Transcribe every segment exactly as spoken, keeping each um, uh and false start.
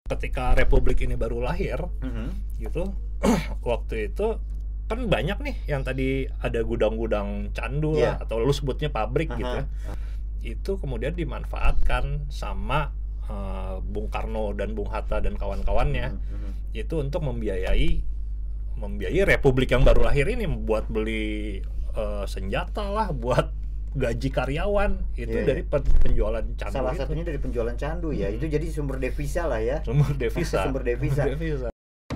ketika Republik ini baru lahir, mm-hmm. gitu, waktu itu kan banyak nih yang tadi ada gudang-gudang candu yeah. lah, atau lu sebutnya pabrik uh-huh. gitu ya. Itu kemudian dimanfaatkan sama uh, Bung Karno dan Bung Hatta dan kawan-kawannya, mm-hmm. itu untuk membiayai membiayai Republik yang baru lahir ini, buat beli uh, senjata lah, buat gaji karyawan itu yeah, dari penjualan candu. Salah itu. satunya dari penjualan candu ya. Hmm. Itu jadi sumber devisa lah ya. Sumber devisa. sumber devisa. devisa.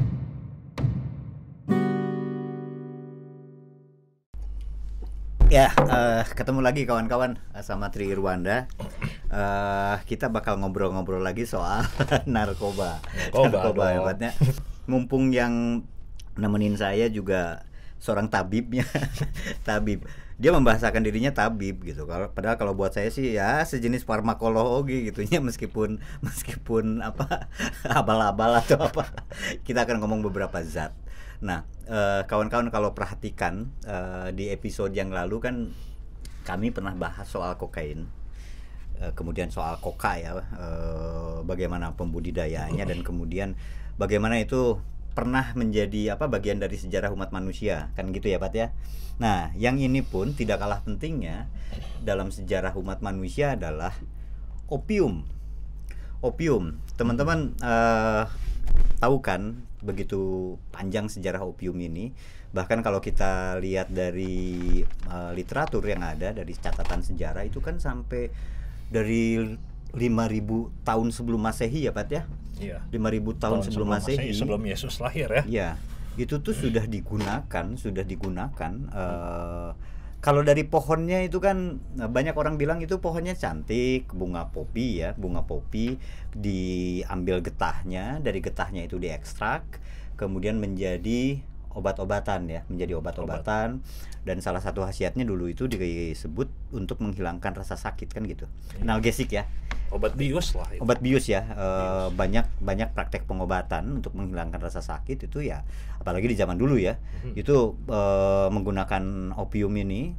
Ya, uh, ketemu lagi kawan-kawan sama Tri Irwanda. Uh, kita bakal ngobrol-ngobrol lagi soal narkoba. Narkoba, narkoba hebatnya. Mumpung yang nemenin saya juga seorang tabibnya, tabib. Dia membahasakan dirinya tabib gitu. Kalau padahal kalau buat saya sih ya sejenis farmakologi gitunya, meskipun meskipun apa abal-abal atau apa. Kita akan ngomong beberapa zat. Nah, eh, kawan-kawan kalau perhatikan eh, di episode yang lalu kan kami pernah bahas soal kokain. Eh, kemudian soal koka ya, eh, bagaimana pembudidayanya dan kemudian bagaimana itu pernah menjadi apa bagian dari sejarah umat manusia, kan gitu ya Pat ya. Nah, yang ini pun tidak kalah pentingnya dalam sejarah umat manusia adalah opium. Opium, teman-teman uh, tahu kan begitu panjang sejarah opium ini. Bahkan kalau kita lihat dari uh, literatur yang ada, dari catatan sejarah itu kan sampai dari lima ribu tahun sebelum Masehi ya Pat ya. Iya. lima ribu tahun, tahun sebelum, sebelum Masehi, sebelum Yesus lahir ya. Iya. Itu tuh sudah digunakan, sudah digunakan uh, kalau dari pohonnya itu kan banyak orang bilang itu pohonnya cantik, bunga popi ya, bunga popi diambil getahnya, dari getahnya itu diekstrak, kemudian menjadi obat-obatan ya, menjadi obat-obatan. Obat. Dan salah satu khasiatnya dulu itu disebut untuk menghilangkan rasa sakit kan gitu. Hmm. Analgesik ya. Obat bius lah itu. Obat bius ya. E, banyak banyak praktek pengobatan untuk menghilangkan rasa sakit itu ya, apalagi di zaman dulu ya. Hmm. Itu e, menggunakan opium ini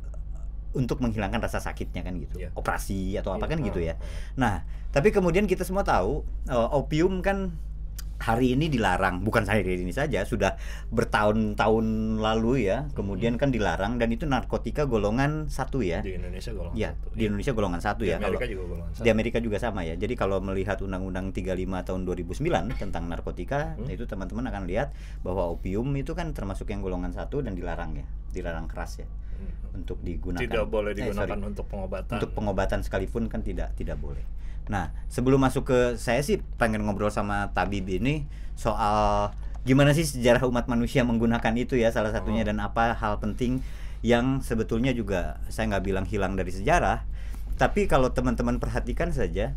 untuk menghilangkan rasa sakitnya kan gitu. Yeah. Operasi atau apa yeah. kan gitu ya. Nah, tapi kemudian kita semua tahu e, opium kan hari ini dilarang, bukan hari ini saja, sudah bertahun-tahun lalu ya. Kemudian kan dilarang dan itu narkotika golongan satu ya. Di Indonesia golongan ya, satu. Di Indonesia golongan satu di ya. Amerika kalau, juga golongan satu. Di Amerika juga sama ya. Jadi kalau melihat Undang-Undang tiga puluh lima tahun dua ribu sembilan tentang narkotika, hmm. itu teman-teman akan lihat bahwa opium itu kan termasuk yang golongan satu dan dilarang ya, dilarang keras ya. Hmm. Untuk digunakan. Tidak boleh digunakan eh, untuk pengobatan. Untuk pengobatan sekalipun kan tidak tidak boleh. Nah, sebelum masuk ke saya sih pengen ngobrol sama tabib ini soal gimana sih sejarah umat manusia menggunakan itu ya salah satunya, oh. dan apa hal penting yang sebetulnya juga saya nggak bilang hilang dari sejarah, tapi kalau teman-teman perhatikan saja,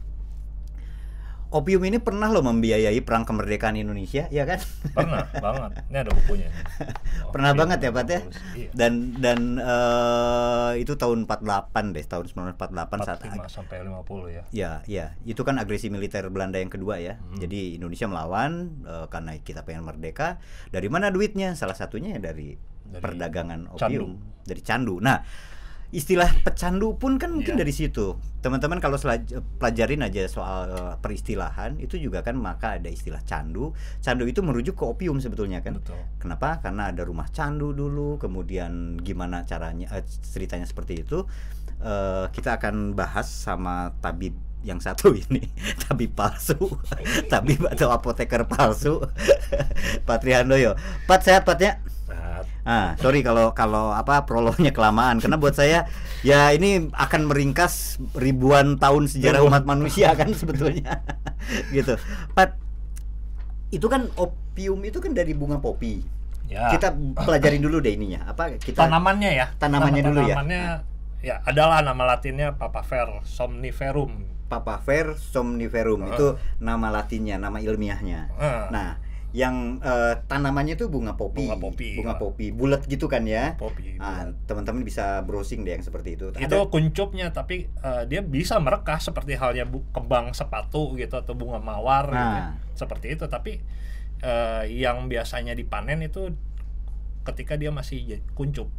opium ini pernah loh membiayai perang kemerdekaan Indonesia, ya kan? Pernah banget. Ini ada bukunya. Oh, pernah banget ya Pak ya. Iya. Dan dan uh, itu tahun empat puluh delapan deh, tahun sembilan belas empat puluh delapan empat puluh lima saat sampai lima puluh ya. Ya, ya. Itu kan agresi militer Belanda yang kedua ya. Hmm. Jadi Indonesia melawan uh, karena kita pengen merdeka. Dari mana duitnya? Salah satunya ya dari, dari perdagangan opium, candu. Dari candu. Nah, istilah pecandu pun kan mungkin yeah. dari situ. Teman-teman kalau selaj- pelajarin aja soal uh, peristilahan itu juga kan, maka ada istilah candu. Candu itu merujuk ke opium sebetulnya kan. Betul. Kenapa? Karena ada rumah candu dulu, kemudian gimana caranya, uh, ceritanya seperti itu. Uh, kita akan bahas sama tabib yang satu ini, tabib palsu, tabib atau apoteker palsu, Pak Trihandoyo. Pat, sehat Patnya? Ah, sorry kalau kalau apa prolognya kelamaan, karena buat saya ya ini akan meringkas ribuan tahun sejarah umat manusia kan sebetulnya. Gitu. Pat, itu kan opium itu kan dari bunga popi. Ya. Kita pelajarin dulu deh ininya. Apa kita tanamannya ya? Tanamannya nama, dulu ya. Tanamannya ya adalah nama latinnya Papaver somniferum. Papaver somniferum uh. itu nama latinnya, nama ilmiahnya. Uh. Nah, yang uh, tanamannya itu bunga popi, bunga popi, bunga ya. popi, bulat gitu kan ya. Popi. Nah, teman-teman bisa browsing deh yang seperti itu. Itu ada kuncupnya, tapi uh, dia bisa merekah seperti halnya bu- kembang sepatu gitu atau bunga mawar, nah. gitu, seperti itu. Tapi uh, yang biasanya dipanen itu ketika dia masih kuncup.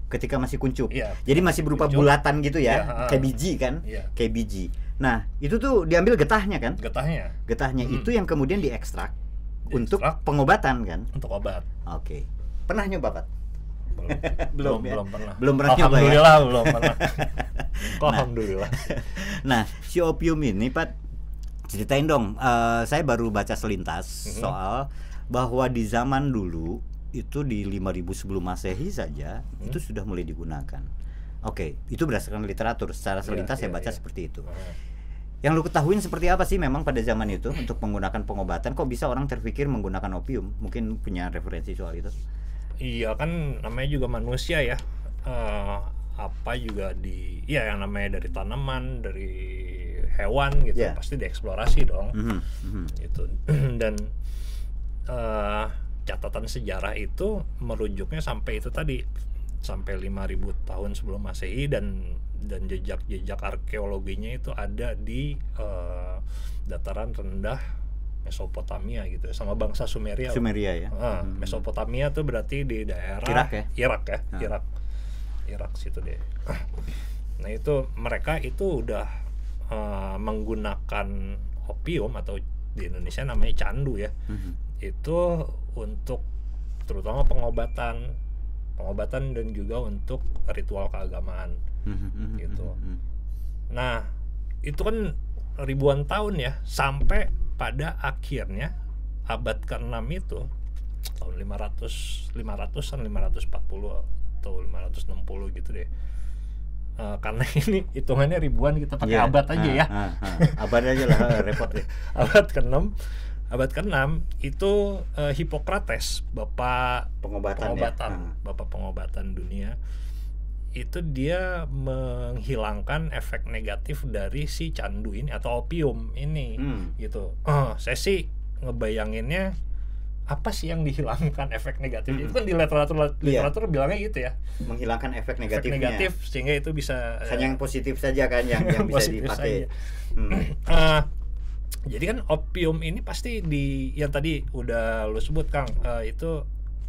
ketika masih kuncup. Iya, Jadi masih berupa kuncup. bulatan gitu ya, Iya, kayak biji kan? Iya. Kayak biji. Nah, itu tuh diambil getahnya kan? Getahnya Getahnya Hmm. itu yang kemudian diekstrak untuk Diekstrak. pengobatan kan? untuk obat. Oke. Pernah nyoba, Pak? Belum, Belum belum, ya? belum pernah. Belum pernah nyoba ya? Alhamdulillah belum pernah. Kok alhamdulillah. Nah, si opium ini, Pak, ceritain dong. Eh, saya baru baca selintas Mhm. soal bahwa di zaman dulu itu di lima ribu sebelum Masehi saja Hmm. itu sudah mulai digunakan. Oke, itu berdasarkan literatur. Secara Iya, selintas saya iya, baca iya. seperti itu. Nah, Yang lu ketahuin seperti apa sih memang pada zaman itu untuk menggunakan pengobatan? Kok bisa orang terpikir menggunakan opium? Mungkin punya referensi soal itu. Iya kan namanya juga manusia ya. Eh, apa juga di ya yang namanya dari tanaman, dari hewan gitu Yeah. pasti dieksplorasi dong. Mhm, mhm. Gitu. Dan eh, catatan sejarah itu merujuknya sampai itu tadi, sampai lima ribu tahun sebelum Masehi, dan dan jejak-jejak arkeologinya itu ada di eh, dataran rendah Mesopotamia gitu sama bangsa Sumeria. Sumeria ya. Ah, Mhm. Mesopotamia tuh berarti di daerah Irak ya? Irak ya, Ah. Irak. Irak situ deh. Nah, itu mereka itu udah eh, menggunakan opium, atau di Indonesia namanya candu ya. Mhm. Itu untuk terutama pengobatan, pengobatan dan juga untuk ritual keagamaan. Mhm, mhm, Gitu. mhm. Nah, itu kan ribuan tahun ya, sampai pada akhirnya abad keenam itu tahun lima ratus lima ratusan lima ratus empat puluh atau lima ratus enam puluh gitu deh. Eh, karena ini hitungannya ribuan, kita pakai Iya. abad aja Ah, ya. ah, ah. Abad aja lah, repot ya. Abad keenam abad keenam itu eh, Hippocrates, bapak Pengobatan, pengobatan, ya. Ah. bapak pengobatan dunia, itu dia menghilangkan efek negatif dari si candu ini atau opium ini. Hmm. Gitu. Eh, saya sih ngebayanginnya apa sih yang dihilangkan efek negatif? Hmm. Itu kan di literatur Iya. literatur bilangnya gitu ya. Menghilangkan efek Efek negatifnya. negatif sehingga itu bisa eh, Hanya yang positif saja kan yang yang bisa positif dipakai. saja. Hmm. Eh, jadi kan opium ini pasti di yang tadi udah lu sebut Kang, eh, itu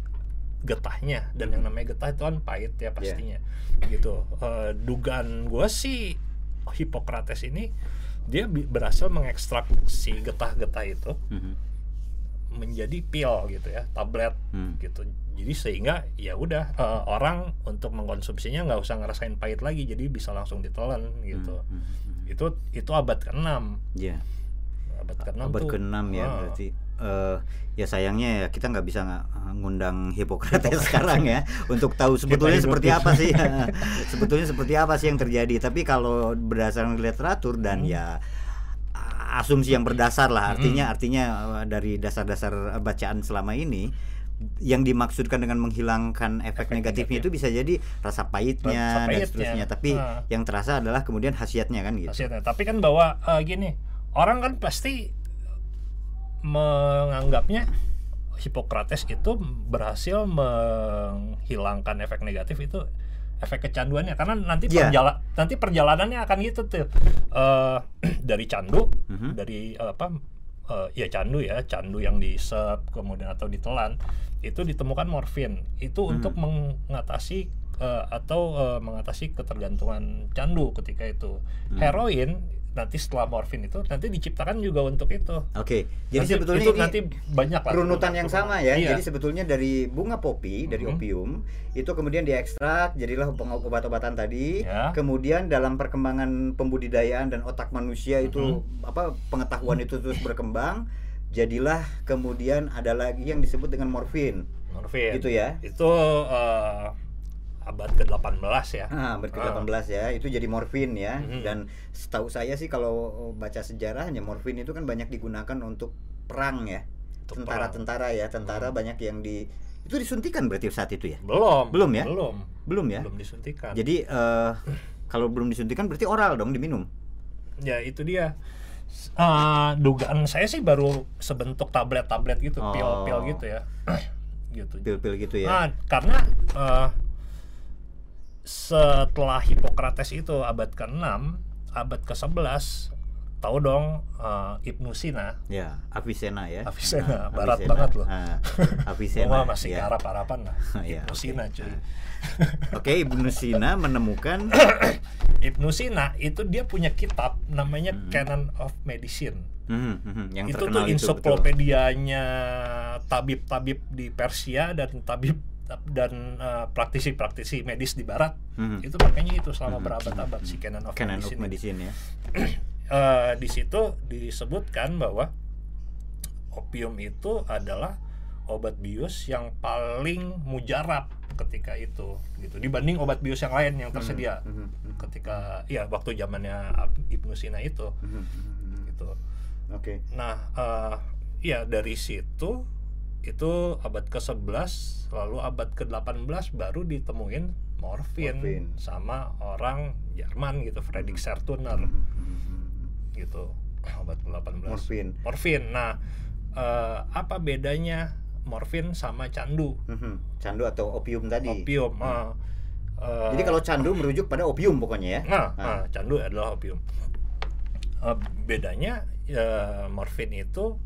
getahnya, dan yang namanya getah itu kan pahit ya pastinya. Gitu. Eh, dugaan gue sih Hippocrates ini dia bi- berhasil mengekstrak si getah-getah itu Mhm. menjadi pil gitu ya, tablet Hmm. gitu. Jadi sehingga ya udah eh, orang untuk mengkonsumsinya nggak usah ngerasain pahit lagi, jadi bisa langsung ditelan gitu. Hmm, hmm, hmm. Itu itu abad keenam. Iya. Abad keenam Abad tuh. keenam ya ah, berarti. Eh, ya sayangnya ya kita nggak bisa nga- ngundang Hippocrates sekarang ya untuk tahu sebetulnya hidup seperti di- apa sih sebetulnya seperti apa sih yang terjadi. Tapi kalau berdasarkan literatur dan Hmm. ya asumsi yang berdasar lah, artinya Hmm. artinya eh, dari dasar-dasar bacaan selama ini yang dimaksudkan dengan menghilangkan efek, Efek negatifnya negatif. itu bisa jadi rasa pahitnya Rasa dan pahitnya. seterusnya. Tapi Ah. yang terasa adalah kemudian khasiatnya kan gitu. khasiatnya. Tapi kan bahwa eh, gini, orang kan pasti menganggapnya Hippocrates itu berhasil menghilangkan efek negatif itu efek kecanduannya, karena nanti Iya. perjala- nanti perjalanannya akan gitu tuh. Eh, dari candu, Mhm. dari eh, apa eh, ya candu ya, candu yang diisep kemudian atau ditelan, itu ditemukan morfin. Itu Mhm. untuk mengatasi eh, atau eh, mengatasi ketergantungan candu ketika itu. Hmm. Heroin nanti setelah morfin itu nanti diciptakan juga untuk itu. Oke, jadi Nanti- sebetulnya itu ini nanti banyak lah runutan yang sama ya. Iya. Jadi sebetulnya dari bunga popi, dari Mhm. opium itu kemudian diekstrak jadilah obat-obatan tadi. Ya. Kemudian dalam perkembangan pembudidayaan dan otak manusia itu apa pengetahuan itu terus berkembang, jadilah kemudian ada lagi yang disebut dengan morfin. morfin. Gitu ya. Itu eh, abad ke delapan belas ya. Ah, abad ke delapan belas ya, itu jadi morfin ya. Mhm. Dan setahu saya sih kalau baca sejarahnya morfin itu kan banyak digunakan untuk perang ya. Untuk Tentara-tentara ya, tentara Hmm. banyak yang di itu disuntikan berarti saat itu ya? Belum. Belum ya? Belum. Belum ya? Belum disuntikan. Jadi eh, kalau belum disuntikan berarti oral dong diminum. Ya itu dia. S- eh, dugaan saya sih baru sebentuk tablet-tablet gitu, Oh. pil-pil gitu ya. Gitu. Pil-pil gitu ya. Nah, karena eh, setelah Hippocrates itu abad keenam, abad ke sebelas tahu dong uh, Ibnu Sina. Ya, Avicenna ya. Avicenna, Nah, barat Avicenna. banget loh. Nah, Avicenna. Gua masih ya. ke Arab-Araban lah. Ya, Ibnu oke. Sina cuy. Oke, Ibnu Sina menemukan Ibnu Sina itu dia punya kitab namanya Hmm. Canon of Medicine. hmm, hmm, yang Itu tuh terkenal itu, betul. ensiklopedianya tabib-tabib di Persia dan tabib dan uh, praktisi-praktisi medis di Barat. Hmm. Itu makanya itu selama Hmm. berabad-abad si Canon of Canon of Medicine. Medicine ya. Uh, di situ disebutkan bahwa opium itu adalah obat bius yang paling mujarab ketika itu gitu dibanding obat bius yang lain yang tersedia Hmm, hmm, hmm. ketika ya waktu zamannya Ibnu Sina itu Hmm, hmm, hmm. gitu. Oke. Nah, uh, ya dari situ itu abad ke sebelas lalu abad ke delapan belas baru ditemuin morfin, Morfin. sama orang Jerman gitu, Friedrich Sertuner Hmm, hmm, hmm. gitu. Abad ke delapan belas. Morfin. Morfin. Nah, uh, apa bedanya morfin sama candu? Hmm, hmm. Candu atau opium tadi. Opium. Uh, uh, Jadi kalau candu merujuk pada opium pokoknya ya. Nah, Ah. nah, candu adalah opium. Uh, bedanya ya, morfin itu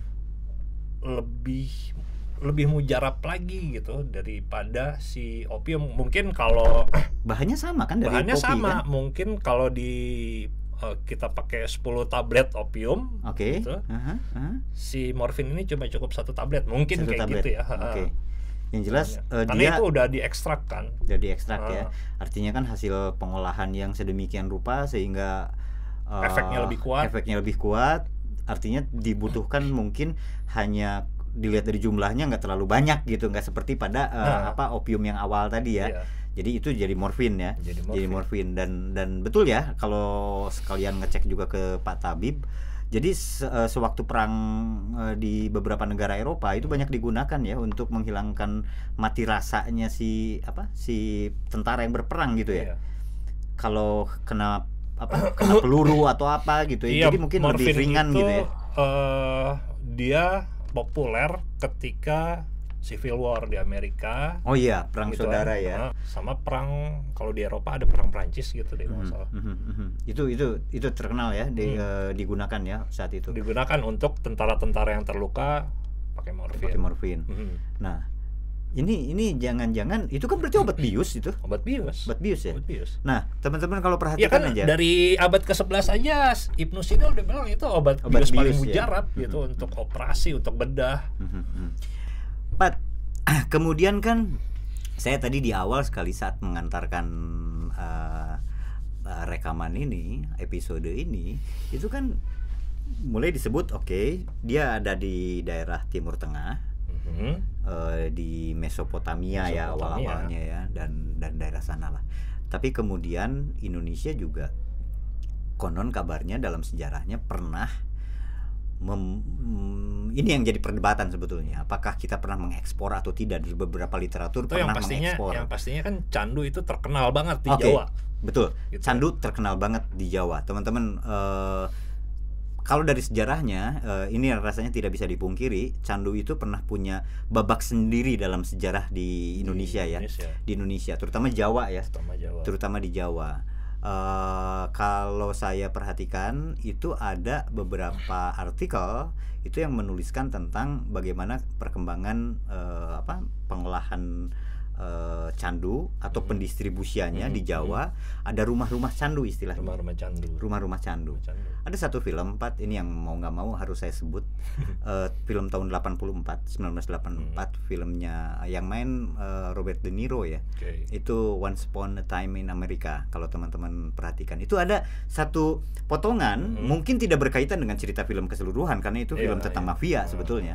lebih lebih mujarab lagi gitu daripada si opium. Mungkin kalau Bahannya sama kan dari bahannya kopi sama, kan? mungkin kalau di uh, kita pakai sepuluh tablet opium, Oke. gitu, Aha, aha. si morfin ini cuma cukup satu tablet, mungkin Satu kayak tablet. gitu ya. Oke. Yang jelas eh, Karena dia itu udah diekstrak kan. jadi ekstrak ya. Ah. Artinya kan hasil pengolahan yang sedemikian rupa sehingga eh, Efeknya lebih kuat. Efeknya lebih kuat. Artinya dibutuhkan mungkin hanya dilihat dari jumlahnya nggak terlalu banyak gitu, nggak seperti pada eh, Nah. apa opium yang awal tadi ya. Iya. Jadi itu jadi morfin ya. Jadi Jadi morfin dan dan betul ya kalau sekalian ngecek juga ke Pak Tabib. Jadi se- eh, sewaktu perang eh, di beberapa negara Eropa itu banyak digunakan ya untuk menghilangkan mati rasanya si apa si tentara yang berperang gitu ya. Iya. Kalau kena apa kena peluru atau apa gitu ya. Iya, Jadi mungkin lebih morfin ringan itu, gitu ya. eh, dia populer ketika Civil War di Amerika. Oh iya, perang gitu saudara kan. ya. Nah, sama perang kalau di Eropa ada perang Prancis gitu deh kalau nggak salah. Mhm, mhm, mhm. Itu itu itu terkenal ya di, eh, digunakan ya saat itu. Digunakan untuk tentara-tentara yang terluka pakai morfin. Pakai morfin. Mhm. Nah, ini ini jangan-jangan itu kan berarti obat bius itu. Obat bius. Obat bius ya. Obat bius. Nah, teman-teman kalau Ya perhatikan kan aja. dari abad ke sebelas aja Ibnu Sina udah bilang itu obat, Obat bius, paling bius, ya. mujarab gitu Mhm. untuk operasi, untuk bedah. Mhm, mhm. Pat, kemudian kan saya tadi di awal sekali saat mengantarkan uh, uh, rekaman ini, episode ini, itu kan mulai disebut oke, dia ada di daerah Timur Tengah. Mhm. eh, di Mesopotamia, ya Mesopotamia. awal-awalnya ya dan dan daerah sana lah. Tapi kemudian Indonesia juga konon kabarnya dalam sejarahnya pernah mem- mm, ini yang jadi perdebatan sebetulnya. Apakah kita pernah mengekspor atau tidak? Di beberapa literatur Itu yang pernah pastinya, mengekspor. yang pastinya kan candu itu terkenal banget di Oke, Jawa. betul. Gitu. Candu terkenal banget di Jawa. Teman-teman, eh, kalau dari sejarahnya, eh, ini rasanya tidak bisa dipungkiri, candu itu pernah punya babak sendiri dalam sejarah di Indonesia ya. Indonesia, Di Indonesia, terutama Jawa ya. terutama Jawa. Terutama di Jawa. Eh, kalau saya perhatikan itu ada beberapa artikel itu yang menuliskan tentang bagaimana perkembangan eh, apa pengolahan eh, candu atau Mhm. pendistribusiannya Mhm, di Jawa. Ada rumah-rumah candu istilahnya. Rumah-rumah candu. Rumah-rumah candu. Candu. Ada satu film empat ini yang mau nggak mau harus saya sebut. Eh, film tahun delapan puluh empat, sembilan belas delapan puluh empat, filmnya yang main eh, Robert De Niro ya. Oke. Itu Once Upon a Time in America. Kalau teman-teman perhatikan, itu ada satu potongan, Mhm. mungkin tidak berkaitan dengan cerita film keseluruhan karena itu Iya, film tentang iya. mafia Hmm. sebetulnya.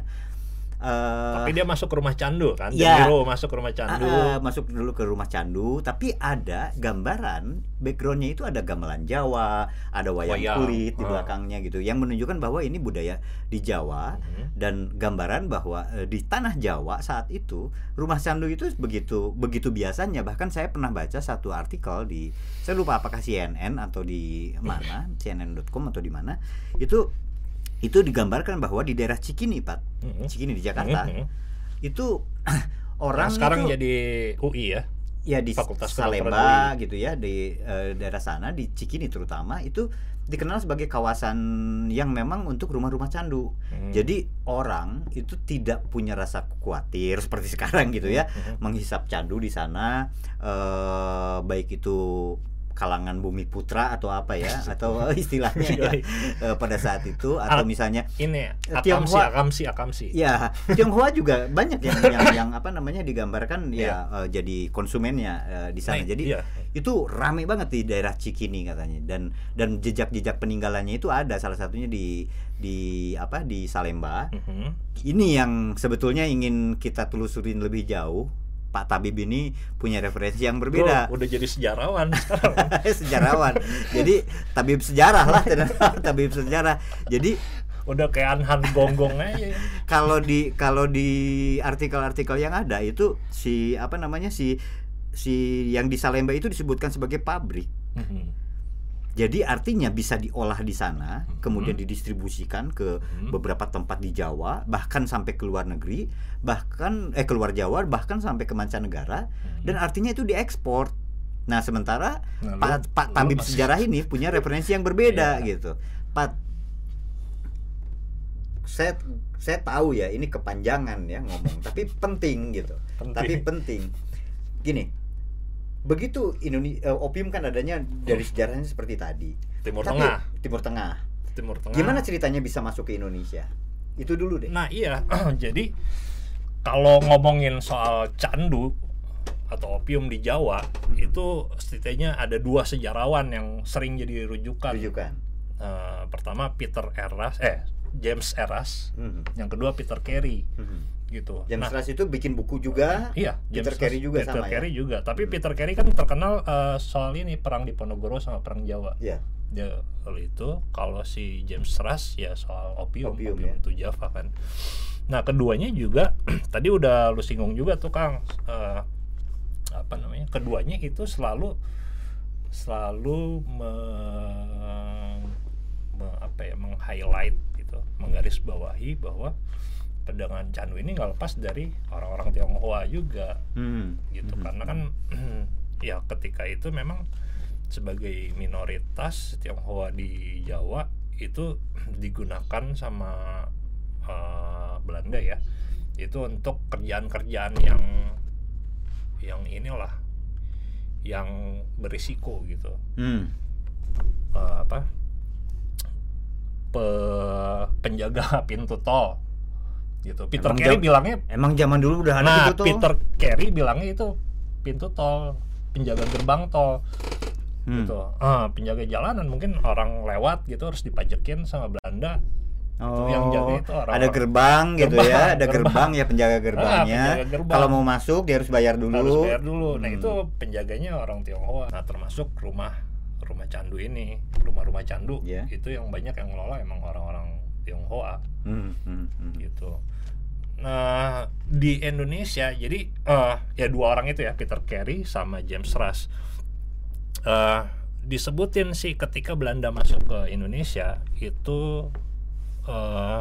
Eh, Tapi dia masuk ke rumah candu kan? Iya. De Niro masuk ke rumah candu. Ah, ah, masuk dulu ke rumah candu, tapi ada gambaran backgroundnya itu ada gamelan Jawa, ada wayang, Wayang, kulit di ah. belakangnya gitu, yang menunjukkan bahwa ini budaya di Jawa. Mhm. Dan gambaran bahwa eh, di tanah Jawa saat itu rumah candu itu begitu begitu biasanya. Bahkan saya pernah baca satu artikel di, saya lupa apakah C N N atau di mana, C N N dot com atau di mana, itu itu digambarkan bahwa di daerah Cikini, Pak, Mhm. Cikini di Jakarta, Mhm. itu orang Nah, sekarang itu, jadi U I ya. ya di Fakultas Salemba gitu ya, di uh, daerah sana, di Cikini terutama, itu dikenal sebagai kawasan yang memang untuk rumah-rumah candu. Hmm. Jadi orang itu tidak punya rasa khawatir seperti sekarang gitu ya, hmm. menghisap candu di sana, uh, baik itu kalangan Bumi Putra atau apa ya, atau istilahnya ya, uh, pada saat itu, atau misalnya ini Tionghoa, akamsi, akamsi. Ya, Tionghoa juga banyak yang yang, yang apa namanya digambarkan ya, yeah. uh, jadi konsumennya uh, di sana. Nah, jadi yeah. itu rame banget di daerah Cikini katanya, dan dan jejak-jejak peninggalannya itu ada, salah satunya di di apa di Salemba. Mm-hmm. Ini yang sebetulnya ingin kita telusurin lebih jauh. Pak Tabib ini punya referensi yang berbeda. Bro, udah jadi sejarawan sekarang. Sejarawan. Jadi tabib sejarah lah, tabib sejarah. Jadi udah kayak Anhan Gonggong aja. Kalau di kalau di artikel-artikel yang ada itu si apa namanya si si yang di Salemba itu disebutkan sebagai pabrik. Mm-hmm. Jadi artinya bisa diolah di sana, mm-hmm. kemudian didistribusikan ke mm-hmm. beberapa tempat di Jawa, bahkan sampai ke luar negeri, bahkan eh keluar Jawa, bahkan sampai ke mancanegara, mm-hmm. dan artinya itu diekspor. Nah sementara nah, Pak, lu, Pak Tabib masih... sejarah ini punya referensi yang berbeda gitu. Pak, saya saya tahu ya ini kepanjangan ya ngomong, tapi penting gitu. Penting. Tapi penting. Gini. Begitu Indonesia, uh, opium kan adanya dari sejarahnya seperti tadi. Timur Tapi, Tengah. Timur Tengah. Timur Tengah. Gimana ceritanya bisa masuk ke Indonesia? Itu dulu deh. Nah iya, jadi kalau ngomongin soal candu atau opium di Jawa, hmm. itu setidaknya ada dua sejarawan yang sering jadi rujukan. Rujukan. Uh, pertama Peter Eras, eh James Eras. Hmm. Yang kedua Peter Carey. Hmm. Gitu. James Eras nah, itu bikin buku juga. Iya, Peter James Carey juga Peter sama Carey ya. juga. Tapi hmm. Peter Carey kan terkenal uh, soal ini perang di Ponorogo sama perang Jawa. Iya. Dia kalau itu, kalau si James Eras ya soal opium, opium, opium ya. itu Java kan. Nah, keduanya juga tadi udah lu singgung juga tuh Kang. Uh, apa namanya? Keduanya itu selalu selalu me, me, apa ya, meng-highlight gitu, menggarisbawahi bahwa pedagang candu ini nggak lepas dari orang-orang Tionghoa juga, hmm. gitu. Hmm. Karena kan ya ketika itu memang sebagai minoritas Tionghoa di Jawa itu digunakan sama uh, Belanda ya, itu untuk kerjaan-kerjaan yang yang inilah yang berisiko gitu. Hmm. Uh, apa Pe, penjaga pintu tol gitu. Peter emang Carey jam, bilangnya emang zaman dulu udah ada nah, pintu tol. Peter Carey bilangnya itu pintu tol, penjaga gerbang tol. Hmm. Gitu. Uh, penjaga jalanan, mungkin orang lewat gitu harus dipajekin sama Belanda. Oh, yang jaga itu orang, ada gerbang gitu gerbang, ya, ada gerbang, gerbang ya penjaga gerbangnya. Ah, penjaga gerbang. Kalau mau masuk dia harus bayar dulu. Harus bayar dulu. Hmm. Nah, itu penjaganya orang Tionghoa. Nah, termasuk rumah rumah candu ini, rumah-rumah candu yeah. itu yang banyak yang ngelola emang orang-orang Tionghoa. Hmm, hmm, hmm. Gitu. Nah, di Indonesia jadi uh, ya dua orang itu ya, Peter Carey sama James Eras. Uh, disebutin sih ketika Belanda masuk ke Indonesia itu uh,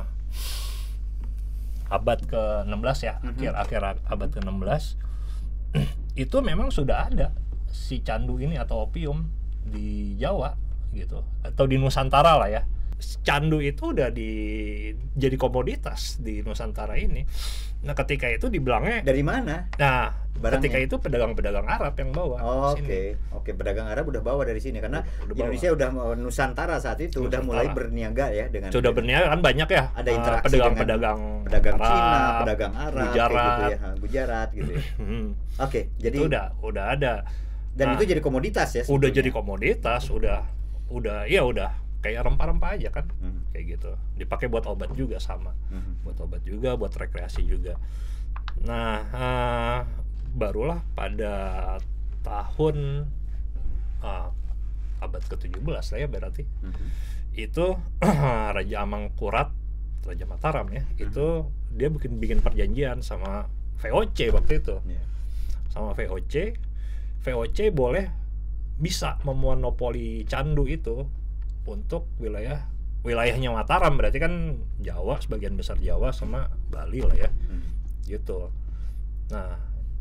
abad ke enam belas ya, mm-hmm. akhir-akhir abad ke enam belas itu memang sudah ada si candu ini atau opium di Jawa gitu, atau di Nusantara lah ya. Candu itu udah di jadi komoditas di Nusantara ini. Nah, ketika itu dibilangnya dari mana? Nah, barangnya? Ketika itu pedagang-pedagang Arab yang bawa. Oh, oke, okay. oke, okay. pedagang Arab udah bawa dari sini karena udah Indonesia udah Nusantara saat itu Nusantara. Udah mulai berniaga ya dengan. Sudah berniaga kan banyak ya. Ada interaksi pedagang-pedagang pedagang Arab, Cina, pedagang Arab, Gujarat gitu ya, Gujarat gitu ya. Oke, okay, jadi itu udah udah ada. Dan nah, itu jadi komoditas ya. Sebetulnya. Udah jadi komoditas, udah udah ya udah kayak rempah-rempah aja kan, hmm. kayak gitu. Dipakai buat obat juga sama, hmm. buat obat juga, buat rekreasi juga. Nah, uh, barulah pada tahun uh, abad ke tujuh belas lah ya berarti, hmm. itu Raja Amangkurat, Raja Mataram ya, hmm. itu dia bikin bikin perjanjian sama V O C waktu itu, yeah. sama V O C, V O C boleh bisa memonopoli candu itu untuk wilayah wilayahnya Mataram, berarti kan Jawa, sebagian besar Jawa sama Bali lah ya, hmm. gitu. Nah,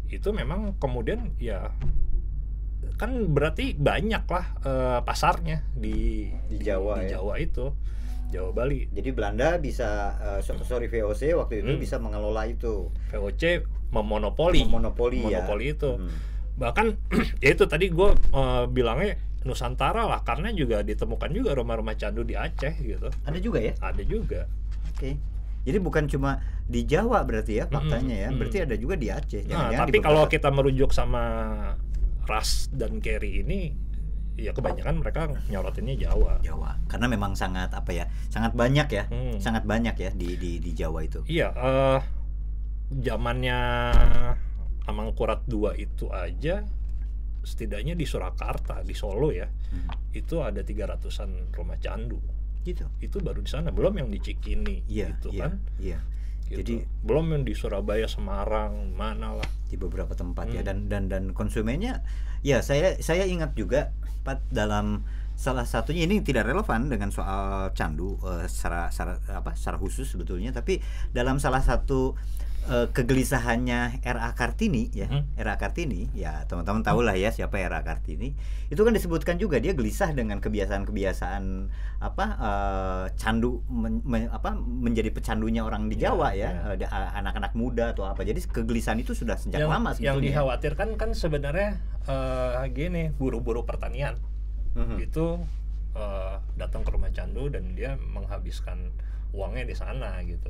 itu memang kemudian ya kan berarti banyak lah uh, pasarnya di di Jawa di, di ya. Jawa itu Jawa Bali. Jadi Belanda bisa uh, sorry V O C waktu itu hmm. bisa mengelola itu. V O C memonopoli memonopoli, memonopoli ya. itu. Hmm. Bahkan ya itu tadi gue uh, bilangnya Nusantara lah, karena juga ditemukan juga rumah-rumah candu di Aceh gitu. Ada juga ya? Ada juga. Oke. Okay. Jadi bukan cuma di Jawa berarti ya faktanya ya. Berarti ada juga di Aceh. Nah, tapi kalau kita merujuk sama Ras dan Kerry ini, ya kebanyakan mereka nyorotinnya Jawa. Jawa. Karena memang sangat apa ya? Sangat banyak ya. Hmm. Sangat banyak ya di di di Jawa itu. Iya, uh, zamannya Amangkurat dua itu aja setidaknya di Surakarta, di Solo ya. Hmm. Itu ada tiga ratusan rumah candu. Gitu. Itu baru di sana, belum yang di Cikini yeah, gitu yeah, kan. Iya. Gitu. Jadi belum yang di Surabaya, Semarang, mana lah, di beberapa tempat hmm. ya, dan dan dan konsumennya ya saya saya ingat juga Pat, dalam salah satunya, ini tidak relevan dengan soal candu uh, secara, secara apa secara khusus sebetulnya, tapi dalam salah satu uh, kegelisahannya R A Kartini ya, hmm. R A Kartini ya teman-teman tahu lah ya siapa R A Kartini. Itu kan disebutkan juga dia gelisah dengan kebiasaan-kebiasaan apa uh, candu men, men, apa menjadi pecandunya orang di Jawa ya, ya. Uh, anak-anak muda atau apa. Jadi kegelisahan itu sudah sejak yang, lama sebetulnya. Yang dikhawatirkan kan sebenarnya uh, gini, buru-buru pertanian mm-hmm. itu uh, datang ke rumah candu dan dia menghabiskan uangnya di sana gitu.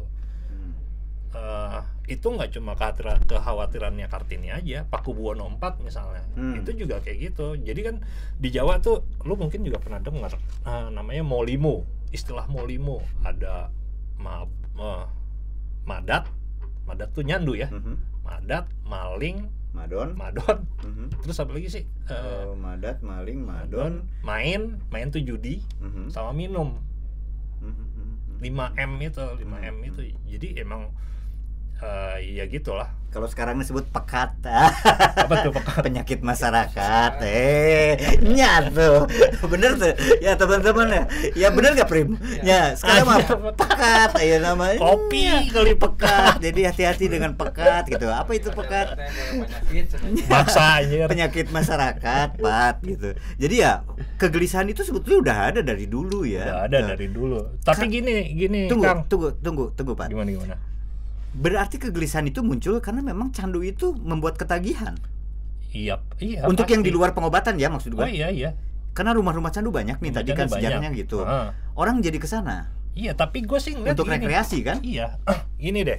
Uh, itu nggak cuma kekhawatiran, kekhawatirannya Kartini aja, Pakubuwono empat misalnya, hmm. itu juga kayak gitu. Jadi kan di Jawa tuh, lu mungkin juga pernah dengar uh, namanya molimo, istilah molimo. Ada ma, uh, madat, madat tuh nyandu ya, hmm. madat, maling, madon, madon, hmm. terus apa lagi sih? Uh, oh, madat, maling, madon, main, main tuh judi, hmm. sama minum. lima M itu, lima M itu. Jadi emang Uh, ya gitulah. Kalau sekarang disebut pekat. Apa tuh pekat? Penyakit masyarakat. Eh, nyatu. Bener tuh. Ya teman-teman ya. Ya bener gak Prim? Ya, sekarang mah pekat ya namanya. Kopi kali pekat. Jadi hati-hati dengan pekat gitu. Apa itu pekat? Maksa aja. Penyakit masyarakat, Pat gitu. Jadi ya kegelisahan itu sebetulnya udah ada dari dulu ya. Udah ada nah. dari dulu. Tapi gini, gini tunggu, Kang. Tunggu, tunggu, tunggu, Pak. Gimana gimana? Berarti kegelisahan itu muncul karena memang candu itu membuat ketagihan. Iya, iya. Untuk pasti. yang di luar pengobatan ya maksud gue. Oh iya, iya. Karena rumah-rumah candu banyak nih, rumah tadi kan sejarahnya gitu. Uh. Orang jadi ke sana. Iya, tapi gue sih ngeliat untuk gini. rekreasi kan? Iya. Ini deh.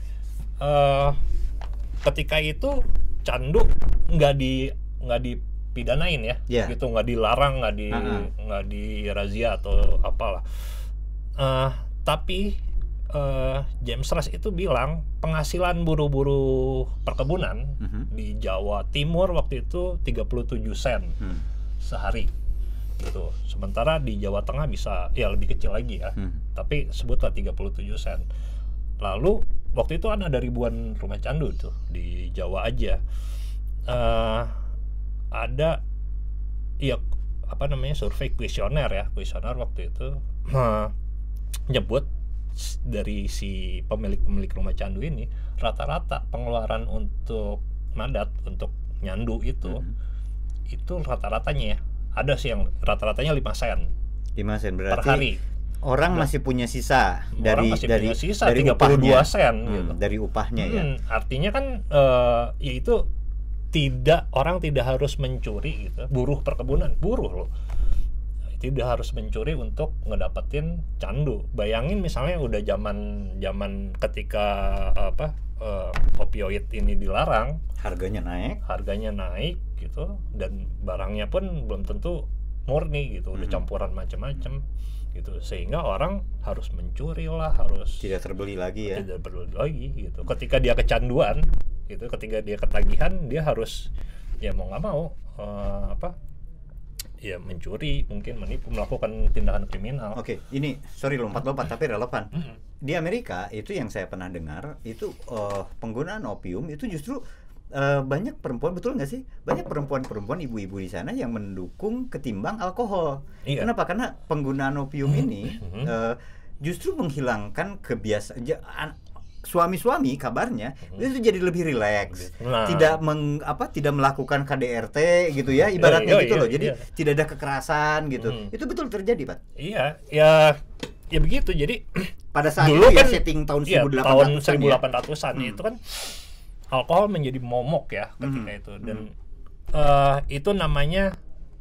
Uh, ketika itu candu nggak di nggak dipidanain ya, yeah. gitu, nggak dilarang, nggak di nggak uh-huh. dirazia atau apalah. Uh, tapi Uh, James Ras itu bilang penghasilan buru-buru perkebunan uh-huh. di Jawa Timur waktu itu tiga puluh tujuh sen uh-huh. sehari gitu. Sementara di Jawa Tengah bisa ya lebih kecil lagi ya. Uh-huh. Tapi sebutlah tiga puluh tujuh sen. Lalu waktu itu kan ada ribuan rumah candu tuh di Jawa aja. Uh, ada ya apa namanya survei kuesioner ya, kuesioner waktu itu uh, nyebut dari si pemilik-pemilik rumah candu ini rata-rata pengeluaran untuk madat, untuk nyandu itu hmm. itu rata-ratanya ya ada sih yang rata-ratanya lima sen lima sen berarti per hari. Orang nah, masih punya sisa dari masih dari punya sisa dari tiga puluh dua upahnya. sen hmm, gitu. Dari upahnya hmm, ya. Artinya kan uh, ya itu tidak orang tidak harus mencuri gitu. Buruh perkebunan, buruh loh. Tidak harus mencuri untuk ngedapetin candu. Bayangin misalnya udah zaman zaman ketika apa uh, opioid ini dilarang, harganya naik, harganya naik gitu, dan barangnya pun belum tentu murni gitu, udah campuran macam-macam gitu, sehingga orang harus mencuri lah, harus tidak terbeli lagi ya, tidak terbeli lagi gitu. Ketika dia kecanduan gitu, ketika dia ketagihan, dia harus ya mau nggak mau uh, apa ya mencuri, mungkin menipu, melakukan tindakan kriminal. Oke, ini sorry lompat-lompat tapi relevan. Mm-hmm. Di Amerika itu yang saya pernah dengar itu uh, penggunaan opium itu justru uh, banyak perempuan, betul nggak sih? Banyak perempuan-perempuan, ibu-ibu di sana yang mendukung ketimbang alkohol. Iya. Kenapa? Karena penggunaan opium ini mm-hmm. uh, justru menghilangkan kebiasaan. suami-suami kabarnya hmm. itu jadi lebih rileks, nah. tidak meng, apa tidak melakukan K D R T gitu ya, ibaratnya oh, iya, gitu iya, loh. Jadi iya. tidak ada kekerasan gitu. Hmm. Itu betul terjadi, Pak? Iya, ya ya begitu. Jadi pada saat dulu itu kan ya setting tahun iya, seribu delapan ratusan ya. Hmm. Itu kan alkohol menjadi momok ya ketika hmm. itu, dan hmm. uh, itu namanya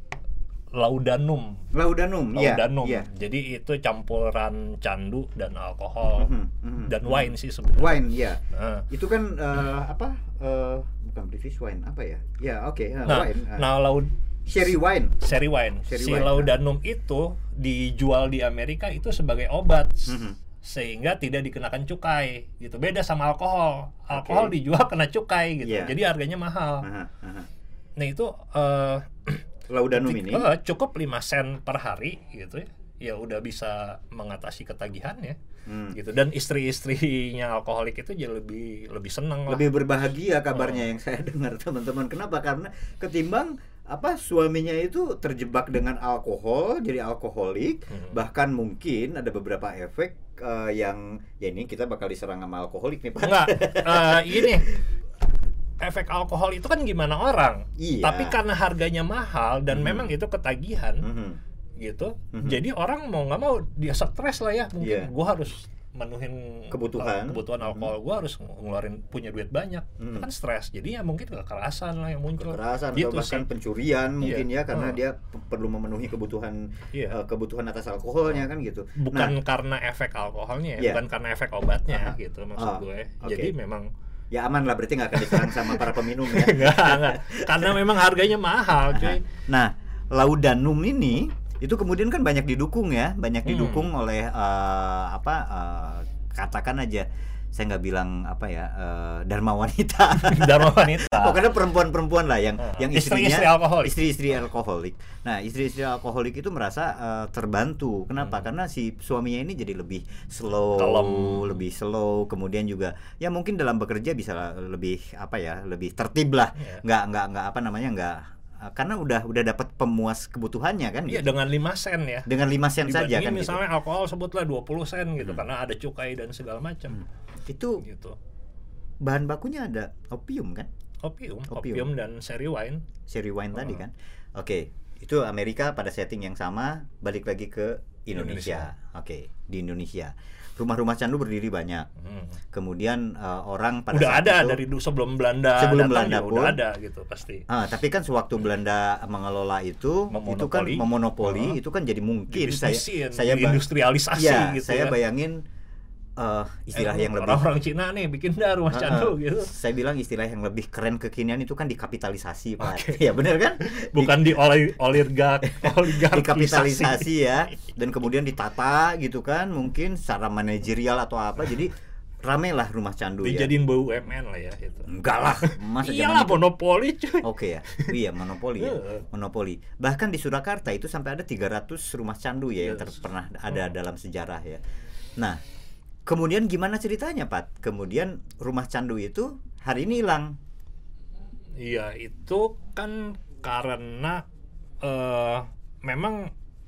laudanum. Laudanum, laudanum. Yeah, yeah. Jadi itu campuran candu dan alkohol mm-hmm, mm-hmm, dan mm-hmm. wine sih sebenarnya. Wine, ya. Nah. Itu kan uh, apa? Uh, bukan British wine, apa ya? Ya, oke. Okay. Uh, nah, wine. Uh. Nah, laud sherry wine. Sherry wine. Sherry si wine, laudanum uh. itu dijual di Amerika itu sebagai obat. Mm-hmm. Sehingga tidak dikenakan cukai gitu. Beda sama alkohol. Alkohol okay. dijual kena cukai gitu. Yeah. Jadi harganya mahal. Uh-huh, uh-huh. Nah, itu uh, laudanum ini uh, cukup lima sen per hari gitu ya. Ya udah bisa mengatasi ketagihannya. Hmm. Gitu, dan istri-istrinya alkoholik itu jadi lebih lebih senang lah. Lebih berbahagia kabarnya oh. yang saya dengar, teman-teman. Kenapa? Karena ketimbang apa suaminya itu terjebak dengan alkohol, jadi alkoholik, hmm. bahkan mungkin ada beberapa efek uh, yang ya ini kita bakal diserang sama alkoholik nih, Pak. Enggak, uh, ini efek alkohol itu kan gimana orang, iya. tapi karena harganya mahal dan mm-hmm. memang itu ketagihan, mm-hmm. gitu, mm-hmm. jadi orang mau nggak mau dia stres lah ya, mungkin yeah. gue harus menuhin kebutuhan, kebutuhan alkohol, mm-hmm. gue harus ngeluarin punya duit banyak, mm-hmm. itu kan stres, jadi ya mungkin kekerasan lah yang muncul, kekerasan gitu atau bahkan sih. pencurian mungkin yeah. ya, karena oh. dia p- perlu memenuhi kebutuhan yeah. uh, kebutuhan atas alkoholnya kan gitu. Bukan nah, karena efek alkoholnya, yeah. ya, bukan karena efek obatnya, uh-huh. gitu maksud uh, gue, okay. jadi memang ya aman lah, berarti nggak akan diserang sama para peminum ya. Nggak, nggak. Karena memang harganya mahal, cuy. Nah, laudanum ini itu kemudian kan banyak didukung ya, banyak didukung hmm. oleh uh, apa uh, katakan aja, saya nggak bilang apa ya, uh, dharma wanita. Dharma wanita. Pokoknya perempuan-perempuan lah yang uh, yang istrinya istri-istri alkoholik. Istri-istri alkoholik. Nah, istri-istri alkoholik itu merasa uh, terbantu. Kenapa? Hmm. Karena si suaminya ini jadi lebih slow, Kalem. lebih slow. Kemudian juga ya mungkin dalam bekerja bisa lebih apa ya, lebih tertib lah. Yeah. Nggak nggak nggak apa namanya nggak karena udah udah dapat pemuas kebutuhannya kan. Iya, gitu. dengan lima sen ya. Dengan lima sen saja kan. Misalnya gitu. alkohol sebutlah dua puluh sen gitu, hmm. karena ada cukai dan segala macam. Hmm. Itu gitu. Bahan bakunya ada opium kan? Opium, opium, opium dan sherry wine. Sherry wine oh. tadi kan. Oke, itu Amerika pada setting yang sama, balik lagi ke Indonesia. Indonesia. Oke, di Indonesia. Rumah-rumah candu berdiri banyak. Hmm. Kemudian uh, orang pada udah saat ada itu, dari dulu sebelum Belanda sebelum datang Belanda ya, pun udah ada gitu pasti. Ah, tapi kan sewaktu hmm. Belanda mengelola itu, memonopoli. itu kan memonopoli, uh-huh. itu kan jadi mungkin saya saya industrialisasi ya, gitu saya ya. bayangin uh, istilah eh, yang lebih orang-orang Cina nih bikin dah rumah uh, candu gitu. Saya bilang istilah yang lebih keren kekinian itu kan dikapitalisasi, Pak. Okay. Ya benar kan? Bukan di oligark, oligark dikapitalisasi ya, dan kemudian ditata gitu kan, mungkin secara manajerial atau apa, jadi rame lah rumah candu ya. Dijadiin B U M N lah ya itu. Enggak lah, masa iyalah monopoli cuy. Oke okay, ya. Iya, monopoli ya. Monopoli. Bahkan di Surakarta itu sampai ada tiga ratus rumah candu ya, yes. yang ter- pernah ada oh. dalam sejarah ya. Nah, kemudian gimana ceritanya, Pat? Kemudian rumah candu itu hari ini hilang. Iya, itu kan karena uh, memang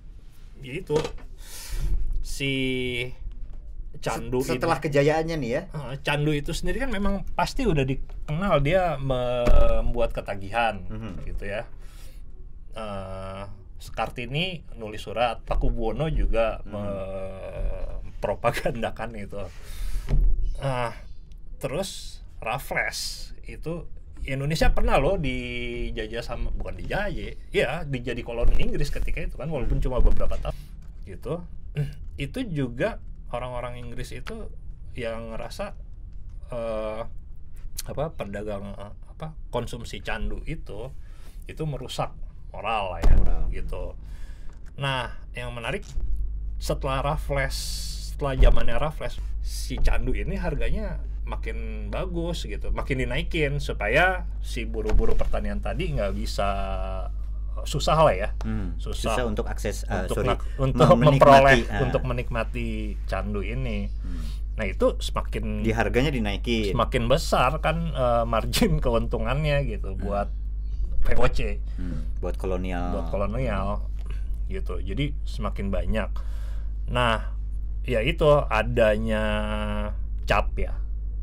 ya itu si candu setelah ini, kejayaannya nih ya. Uh, candu itu sendiri kan memang pasti udah dikenal dia membuat ketagihan, mm-hmm. gitu ya. Uh, Kartini nulis surat, Pakubuwono juga mm-hmm. mempropagandakan itu. Uh, terus Raffles itu Indonesia pernah loh dijajah sama, bukan dijajah, ya dijadi koloni Inggris ketika itu kan, walaupun cuma beberapa tahun gitu. Itu juga orang-orang Inggris itu yang ngerasa uh, apa perdagang apa konsumsi candu itu itu merusak moral lah ya, moral. Gitu. Nah, yang menarik setelah Raffles, setelah zamannya Raffles, si candu ini harganya makin bagus gitu, makin dinaikin supaya si buru-buru pertanian tadi nggak bisa susah lah ya, hmm, susah, susah untuk akses uh, untuk sorry, nak, untuk memperoleh uh. untuk menikmati candu ini. Hmm. Nah itu semakin di harganya dinaikin, semakin besar kan uh, margin keuntungannya gitu, hmm. buat V O C, hmm. buat kolonial, buat kolonial gitu. Jadi semakin banyak. Nah ya itu adanya cap ya,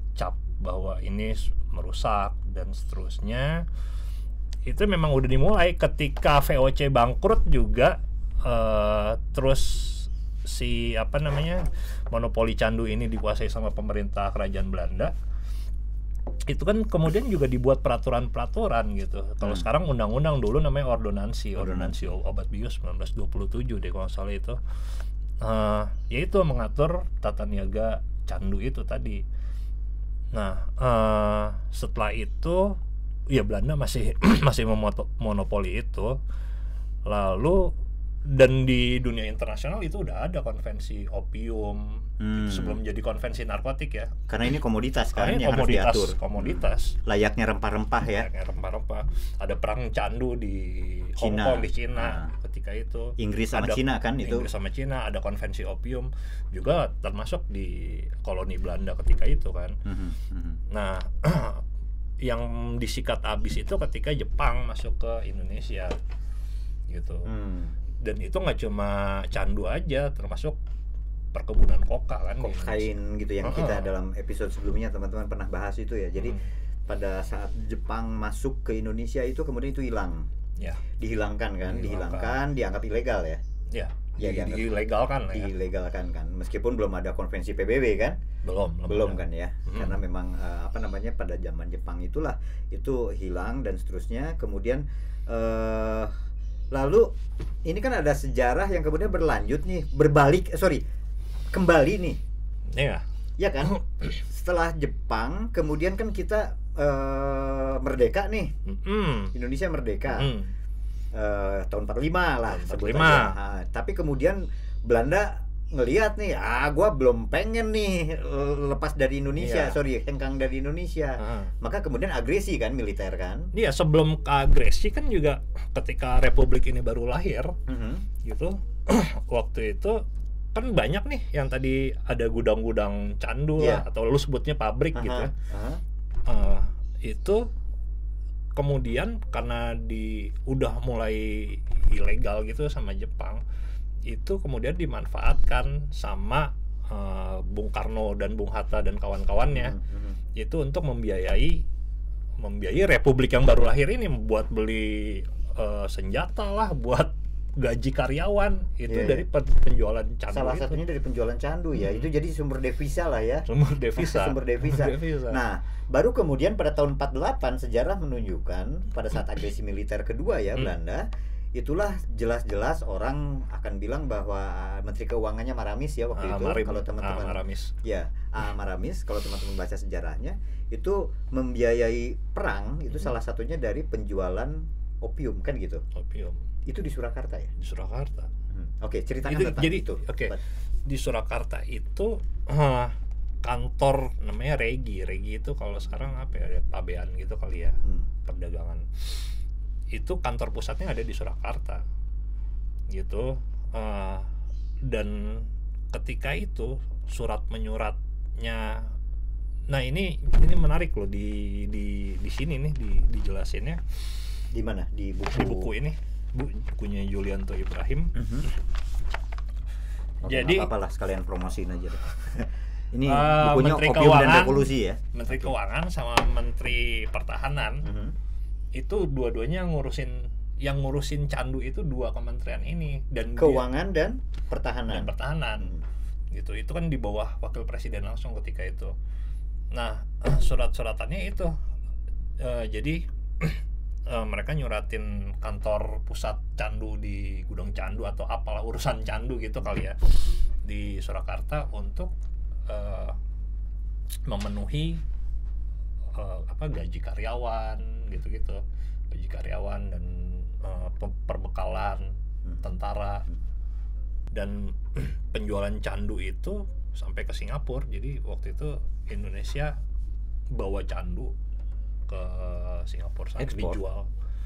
cap bahwa ini merusak dan seterusnya. Itu memang udah dimulai ketika V O C bangkrut juga, uh, terus si apa namanya monopoli candu ini dikuasai sama pemerintah kerajaan Belanda. Itu kan kemudian juga dibuat peraturan-peraturan gitu. Kalau hmm. sekarang undang-undang, dulu namanya ordonansi, ordonansi obat bius sembilan belas dua puluh tujuh deh kalau salah itu. Uh, yaitu mengatur tata niaga candu itu tadi. Nah, uh, setelah itu ya Belanda masih masih memonopoli itu. Lalu dan di dunia internasional itu udah ada konvensi opium hmm. sebelum jadi konvensi narkotik ya. Karena ini komoditas kan Karena yang komoditas, harus diatur. Komoditas. Layaknya rempah-rempah ya. Layaknya rempah-rempah. Ada perang candu di Hong Kong, di Cina nah. ketika itu. Inggris sama ada, Cina kan itu. Inggris sama Cina, ada konvensi opium juga termasuk di koloni Belanda ketika itu kan. Mm-hmm. Mm-hmm. Nah, yang disikat habis itu ketika Jepang masuk ke Indonesia gitu. Hmm. Dan itu nggak cuma candu aja, termasuk perkebunan koka kan, kokain gitu yang uh-huh. kita dalam episode sebelumnya teman-teman pernah bahas itu ya. Jadi hmm. pada saat Jepang masuk ke Indonesia itu kemudian itu hilang, ya. dihilangkan kan, dihilangkan, dianggap ilegal ya. Ya, ya di, dilegalkan ya. Dilegalkan kan, meskipun belum ada konvensi P B B kan. Belum, belum kan ya, hmm. karena memang uh, apa namanya pada zaman Jepang itulah itu hilang dan seterusnya. Kemudian uh, lalu ini kan ada sejarah yang kemudian berlanjut nih, berbalik, eh, sorry, kembali nih. Iya. Ya kan? Setelah Jepang, kemudian kan kita uh, merdeka nih. Mm-hmm. Indonesia merdeka. Mm. Uh, tahun empat puluh lima lah sebetulnya. Nah, tapi kemudian Belanda ngelihat nih, ah gua belum pengen nih lepas dari Indonesia, iya. sorry, hengkang dari Indonesia. Uh. Maka kemudian agresi kan, militer kan. Iya, sebelum ke agresi kan juga ketika Republik ini baru lahir, uh-huh. gitu. Waktu itu kan banyak nih yang tadi ada gudang-gudang candu yeah. lah, atau lu sebutnya pabrik uh-huh. gitu. Uh-huh. Uh, itu kemudian karena di udah mulai ilegal gitu sama Jepang, itu kemudian dimanfaatkan sama uh, Bung Karno dan Bung Hatta dan kawan-kawannya mm-hmm. itu untuk membiayai membiayai Republik yang baru lahir ini, buat beli uh, senjata lah, buat gaji karyawan itu yeah, dari yeah. penjualan candu. Salah itu. satunya dari penjualan candu ya, hmm. itu jadi sumber devisa lah ya. Sumber devisa. sumber devisa. devisa. Nah, baru kemudian pada tahun empat puluh delapan sejarah menunjukkan pada saat agresi militer kedua ya hmm. Belanda, itulah jelas-jelas orang akan bilang bahwa Menteri Keuangannya Maramis ya waktu ah, itu Marim, kalau teman-teman ah, Maramis. ya ah, Maramis kalau teman-teman baca sejarahnya itu membiayai perang itu hmm. salah satunya dari penjualan opium kan gitu. Opium. Itu di Surakarta ya? Di Surakarta. Hmm. Oke, ceritakan itu, tentang jadi, itu. Oke. Okay. Di Surakarta itu uh, kantor namanya Regi. Regi itu kalau sekarang apa ya? Pabean gitu kali ya. Hmm. Perdagangan. Itu kantor pusatnya ada di Surakarta gitu, uh, dan ketika itu surat menyuratnya, nah ini ini menarik loh di di di sini nih di dijelasinnya. Di mana? Di buku di buku ini, bu, bukunya Yulianto Ibrahim. Uh-huh. Jadi apa-apalah sekalian promosiin aja deh. Ini uh, bukunya Menteri Opium Keuangan, dan Revolusi ya. Menteri Keuangan sama Menteri Pertahanan. Uh-huh. Itu dua-duanya ngurusin, yang ngurusin candu itu dua kementerian ini, dan Keuangan dia, dan Pertahanan. Dan Pertahanan. Hmm. Gitu. Itu kan di bawah Wakil Presiden langsung ketika itu. Nah, surat-suratannya itu uh, jadi uh, mereka nyuratin kantor pusat candu di Gudang Candu atau apalah urusan candu gitu kali ya di Surakarta untuk uh, memenuhi uh, apa gaji karyawan gitu-gitu, gaji karyawan dan uh, perbekalan hmm. tentara hmm. dan penjualan candu itu sampai ke Singapura. Jadi waktu itu Indonesia bawa candu ke Singapura sampai ekspor. Dijual.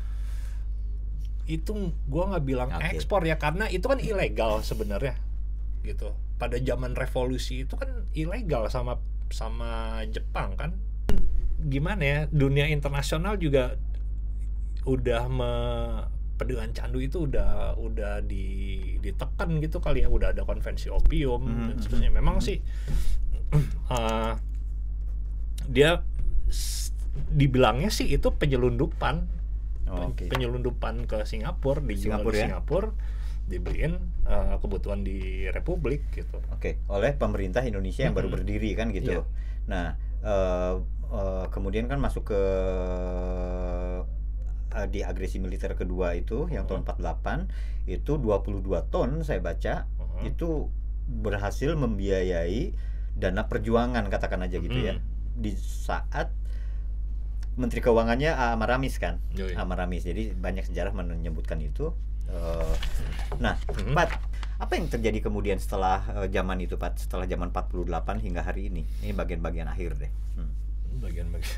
Itu gua nggak bilang okay. ekspor ya, karena itu kan ilegal sebenarnya gitu. Pada zaman revolusi itu kan ilegal sama sama Jepang kan. Gimana ya, dunia internasional juga udah me, perdagangan candu itu udah udah di, ditekan gitu kali ya, udah ada konvensi opium mm-hmm. dan seterusnya. Memang mm-hmm. sih uh, dia s- dibilangnya sih itu penyelundupan. Oh, Pen- oke. penyelundupan ke Singapura, dijual Singapura di ya? Singapura, dibeliin uh, kebutuhan di Republik gitu. Oke, oleh pemerintah Indonesia yang baru Mm-mm. berdiri kan gitu. Iya. Nah, eh, eh, kemudian kan masuk ke eh, di agresi militer kedua itu yang tahun empat puluh delapan itu dua puluh dua ton saya baca Mhm. itu berhasil membiayai dana perjuangan katakan aja gitu ya. Mhm. Di saat Menteri Keuangannya Ahmad Ramis kan. Yoi. Ahmad Ramis. Jadi banyak sejarah menyebutkan itu. Eh, nah, Mhm. Pat, apa yang terjadi kemudian setelah eh, zaman itu, Pat? Setelah zaman empat puluh delapan hingga hari ini. Ini bagian-bagian akhir deh. Hmm. Bagian-bagian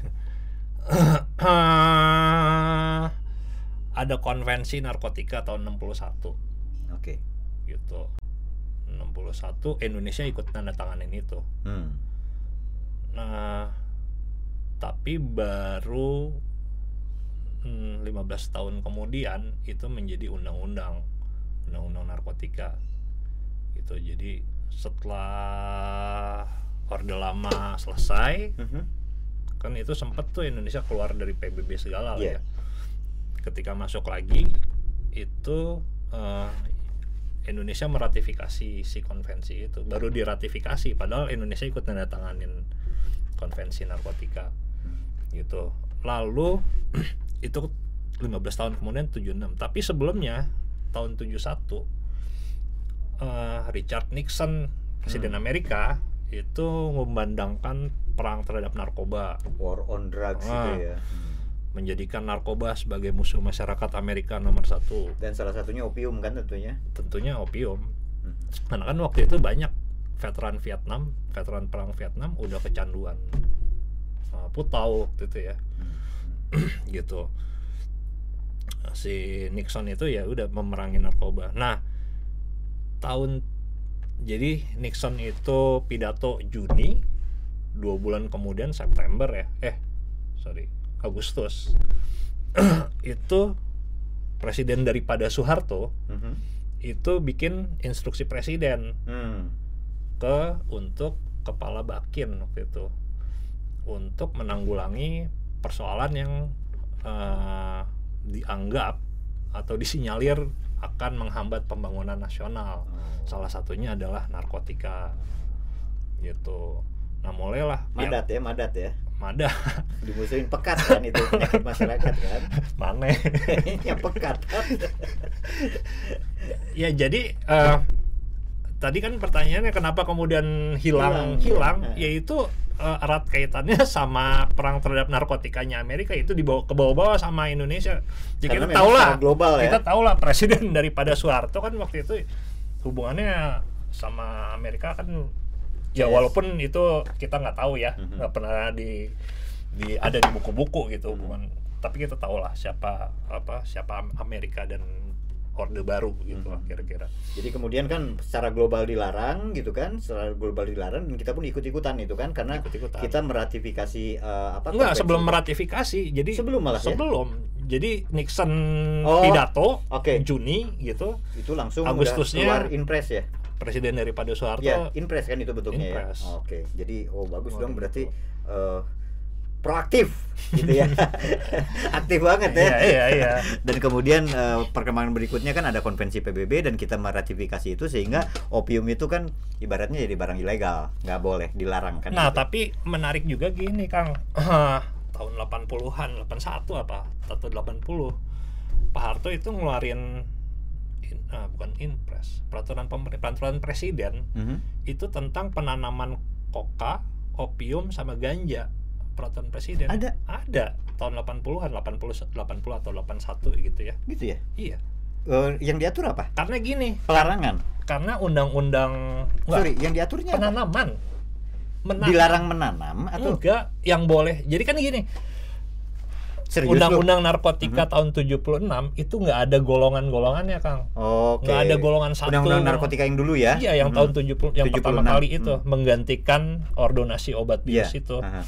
ada konvensi narkotika tahun enam puluh satu Oke. gitu. enam puluh satu Indonesia ikut tanda tanganin itu. Hmm. Nah, tapi baru hmm, lima belas tahun kemudian itu menjadi undang-undang undang-undang narkotika gitu. Jadi setelah Orde Lama selesai, Mhm. kan itu sempet tuh Indonesia keluar dari P B B segala lah Iya. ya. Ketika masuk lagi itu eh, Indonesia meratifikasi si konvensi itu, baru diratifikasi padahal Indonesia ikut tanda tanganin konvensi narkotika gitu. Lalu itu lima belas tahun kemudian tujuh puluh enam, tapi sebelumnya tahun tujuh puluh satu eh, Richard Nixon presiden Hmm. Amerika itu memandangkan perang terhadap narkoba, War on drugs Ah. itu ya. Hmm. menjadikan narkoba sebagai musuh masyarakat Amerika nomor satu. Dan salah satunya opium kan tentunya. Tentunya opium. Hmm. Karena kan waktu itu banyak veteran Vietnam, veteran perang Vietnam udah kecanduan uh, putau waktu itu ya. Gitu. Si Nixon itu ya udah memerangi narkoba. Nah, tahun jadi Nixon itu pidato Juni, dua bulan kemudian September ya. Eh, sorry, Agustus. Itu presiden daripada Soeharto Mhm. itu bikin instruksi presiden Hmm. ke untuk kepala Bakin waktu itu untuk menanggulangi persoalan yang eh, dianggap atau disinyalir akan menghambat pembangunan nasional. Salah satunya adalah narkotika gitu. Nah, mulailah Madat ya, madat ya. Mada Dimusuhin pekat kan itu penyakit masyarakat kan. mana Yang pekat kan. ya jadi eh, tadi kan pertanyaannya kenapa kemudian hilang Hilang, hilang, ya. yaitu eh, erat kaitannya sama perang terhadap narkotikanya Amerika itu dibawa ke bawah-bawah sama Indonesia. Jadi Karena kita memang tahu lah secara global ya. kita tahu lah presiden daripada Soeharto kan waktu itu hubungannya sama Amerika kan ya Yes. walaupun itu kita nggak tahu ya, Mhm. nggak pernah di di ada di buku-buku gitu Mhm. hubungan, tapi kita tahu lah siapa apa siapa Amerika dan Orde Baru gitu lah Mhm. kira-kira. Jadi kemudian kan secara global dilarang gitu kan, secara global dilarang dan kita pun ikut-ikutan itu kan karena Ikut-ikutan. kita meratifikasi eh, apa? Enggak, konvensi sebelum itu. meratifikasi. Jadi Sebelum malah ya? sebelum. Jadi Nixon Oh, pidato oke. Juni gitu, Itu langsung Agustusnya udah keluar impres ya. presiden daripada Soeharto. Ya, impres kan itu bentuknya Impres. ya. Oke. Jadi oh bagus Oh, dong gitu. berarti eh, proaktif gitu ya. Aktif banget ya. Iya, iya, iya. Dan kemudian eh, perkembangan berikutnya kan ada konvensi P B B dan kita meratifikasi itu sehingga opium itu kan ibaratnya jadi barang ilegal, nggak boleh, dilarang kan. Nah, gitu. tapi menarik juga gini, Kang. Tahun delapan puluhan, delapan puluh satu apa? Atau delapan puluh. Pak Harto itu ngeluarin in, ah, bukan impres, peraturan pemerintah, peraturan presiden Mhm. itu tentang penanaman koka, opium sama ganja. Peraturan presiden. Ada? Ada. Tahun delapan puluhan, delapan puluh, delapan puluh atau delapan puluh satu gitu ya. Gitu ya. Iya. Eh, yang diatur apa? Karena gini, Pelarangan. karena undang-undang enggak, Sorry, yang diaturnya apa? penanaman. Menanam. Dilarang menanam atau Enggak, yang boleh. Jadi kan gini, serius lu? Undang-Undang Narkotika tahun tujuh puluh enam itu nggak ada golongan-golongannya, Kang. Oke. Nggak ada golongan satu. Undang-undang narkotika yang dulu ya. Iya, yang Mhm. tahun tujuh puluh yang tujuh puluh pertama enam. kali itu Hmm. menggantikan ordonasi obat bius Iya. itu. Aha.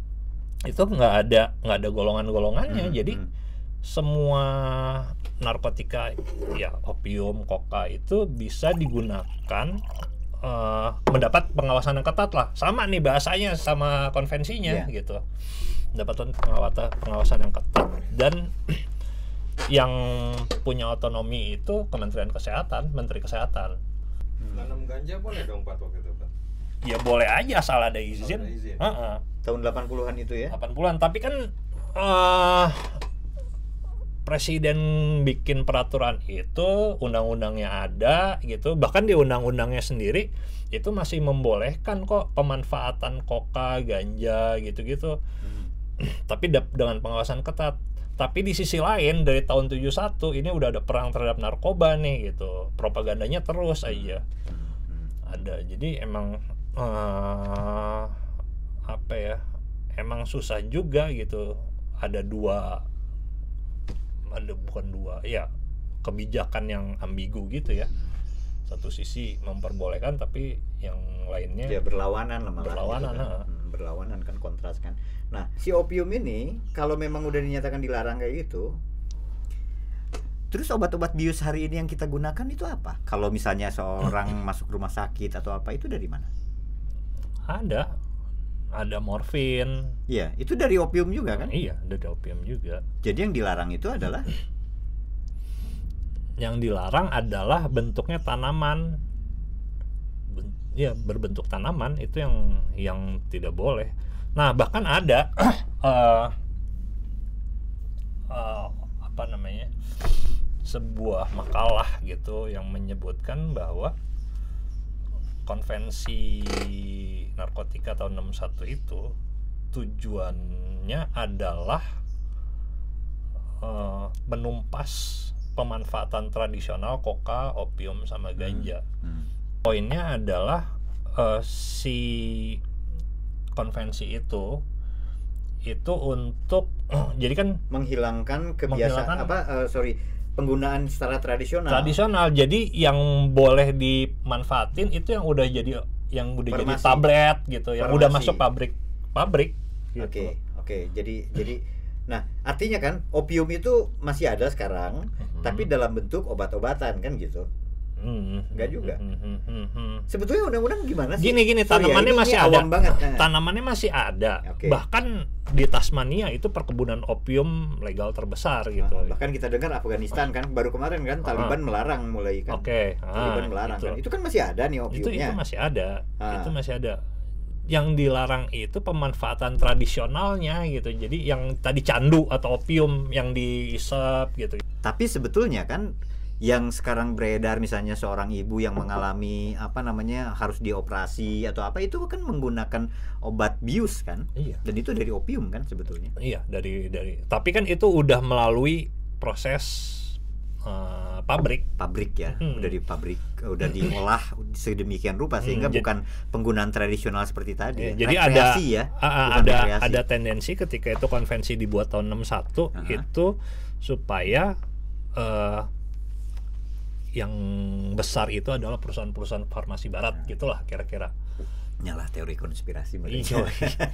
Itu nggak ada nggak ada golongan-golongannya. Mhm, Jadi mhm. semua narkotika ya opium, koka itu bisa digunakan uh, mendapat pengawasan yang ketat lah. Sama nih bahasanya sama konvensinya yeah. gitu. Mendapatkan pengawasan pengawasan yang ketat, dan yang punya otonomi itu Kementerian Kesehatan, Menteri Kesehatan. Tanam ganja boleh dong Pak waktu itu Pak? Ya boleh aja asal ada izin. Ada izin. Uh-uh. Tahun delapan puluhan itu ya. delapan puluhan, tapi kan uh, Presiden bikin peraturan itu, undang-undangnya ada gitu, bahkan di undang-undangnya sendiri itu masih membolehkan kok pemanfaatan koka, ganja gitu-gitu. Hmm. Tapi de- dengan pengawasan ketat. Tapi di sisi lain dari tahun tujuh puluh satu ini udah ada perang terhadap narkoba nih gitu. Propagandanya terus aja. Ada. Jadi emang uh, apa ya? Emang susah juga gitu. Ada dua ada bukan dua ya kebijakan yang ambigu gitu ya. Satu sisi memperbolehkan tapi yang lainnya ya berlawanan lah malah berlawanan gitu kan. hmm, berlawanan kan, kontras kan. Nah si opium ini kalau memang udah dinyatakan dilarang kayak gitu, terus obat-obat bius hari ini yang kita gunakan itu apa? Kalau misalnya seorang masuk rumah sakit atau apa, itu dari mana? Ada ada morfin. Iya, itu dari opium juga kan? Iya, dari opium juga. Jadi yang dilarang itu adalah yang dilarang adalah bentuknya tanaman. Ben- ya, berbentuk tanaman itu yang yang tidak boleh. Nah, bahkan ada uh, uh, apa namanya? sebuah makalah gitu yang menyebutkan bahwa konvensi narkotika tahun enam puluh satu itu tujuannya adalah uh, menumpas pemanfaatan tradisional koka, opium sama ganja. Hmm. Hmm. Poinnya adalah uh, si konvensi itu itu untuk uh, jadi kan menghilangkan kebiasaan apa uh, sorry penggunaan secara tradisional. Tradisional. Jadi yang boleh dimanfaatin itu yang udah jadi yang udah Farmasi. jadi tablet gitu, yang Farmasi. udah masuk pabrik pabrik. Oke, gitu. oke. Okay. Jadi jadi nah, artinya kan opium itu masih ada sekarang, hmm. tapi dalam bentuk obat-obatan kan gitu. Hmm. Enggak juga. Hmm, hmm, hmm, hmm. Sebetulnya undang-undang gimana sih? Gini gini Sorry, tanamannya ya, masih ini ada. awam banget, nah. Tanamannya masih ada. Okay. Bahkan di Tasmania itu perkebunan opium legal terbesar gitu. Uh, bahkan kita dengar Afghanistan kan baru kemarin kan Taliban uh. melarang mulai kan. Oke. Okay. Taliban uh, melarang itu. kan. Itu kan masih ada nih opiumnya. Itu itu masih ada. Uh. Itu masih ada. Yang dilarang itu pemanfaatan tradisionalnya gitu. Jadi yang tadi candu atau opium yang diisep gitu. Tapi sebetulnya kan yang sekarang beredar misalnya seorang ibu yang mengalami apa namanya harus dioperasi atau apa, itu kan menggunakan obat bius kan. Iya. Dan itu dari opium kan sebetulnya. Iya, dari dari tapi kan itu udah melalui proses uh, pabrik pabrik ya. Hmm. Udah di pabrik, udah diolah sedemikian rupa sehingga hmm, bukan penggunaan tradisional seperti tadi. Iya, jadi ada ya, uh, ada kreasi. Ada tendensi ketika itu konvensi dibuat tahun enam puluh satu uh-huh. itu supaya uh, yang besar itu adalah perusahaan-perusahaan farmasi barat, gitulah kira-kira. Nyalah teori konspirasi mereka.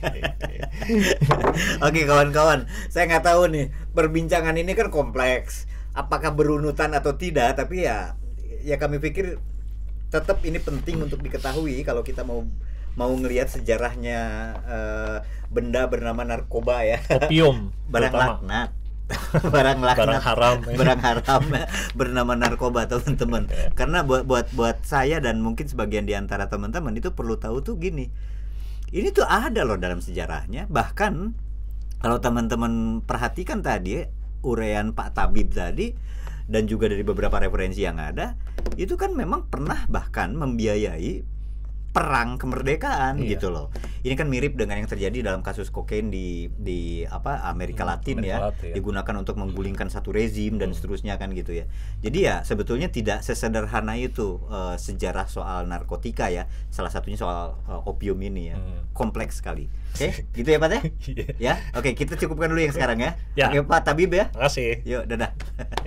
Oke kawan-kawan, saya nggak tahu nih perbincangan ini kan kompleks. Apakah berunutan atau tidak? Tapi ya, ya kami pikir tetap ini penting untuk diketahui kalau kita mau mau ngelihat sejarahnya uh, benda bernama narkoba ya. Opium. Barang laknat. barang laknat, barang haram, barang haram bernama narkoba teman-teman. Karena buat buat buat saya dan mungkin sebagian di antara teman-teman itu perlu tahu tuh gini. Ini tuh ada loh dalam sejarahnya. Bahkan kalau teman-teman perhatikan tadi uraian Pak Tabib tadi dan juga dari beberapa referensi yang ada, itu kan memang pernah bahkan membiayai perang kemerdekaan iya. gitu loh. Ini kan mirip dengan yang terjadi dalam kasus kokain di di apa Amerika Latin Amerika ya, Latin, ya, digunakan untuk menggulingkan satu rezim dan seterusnya kan gitu ya. Jadi ya sebetulnya tidak sesederhana itu uh, sejarah soal narkotika ya. Salah satunya soal uh, opium ini ya. Hmm. Kompleks sekali. Oke, okay? Gitu ya Pak ya? Ya. Oke, okay, kita cukupkan dulu yang sekarang ya. Ya. Oke okay, Pak Tabib ya. Terima kasih. Yuk, dadah.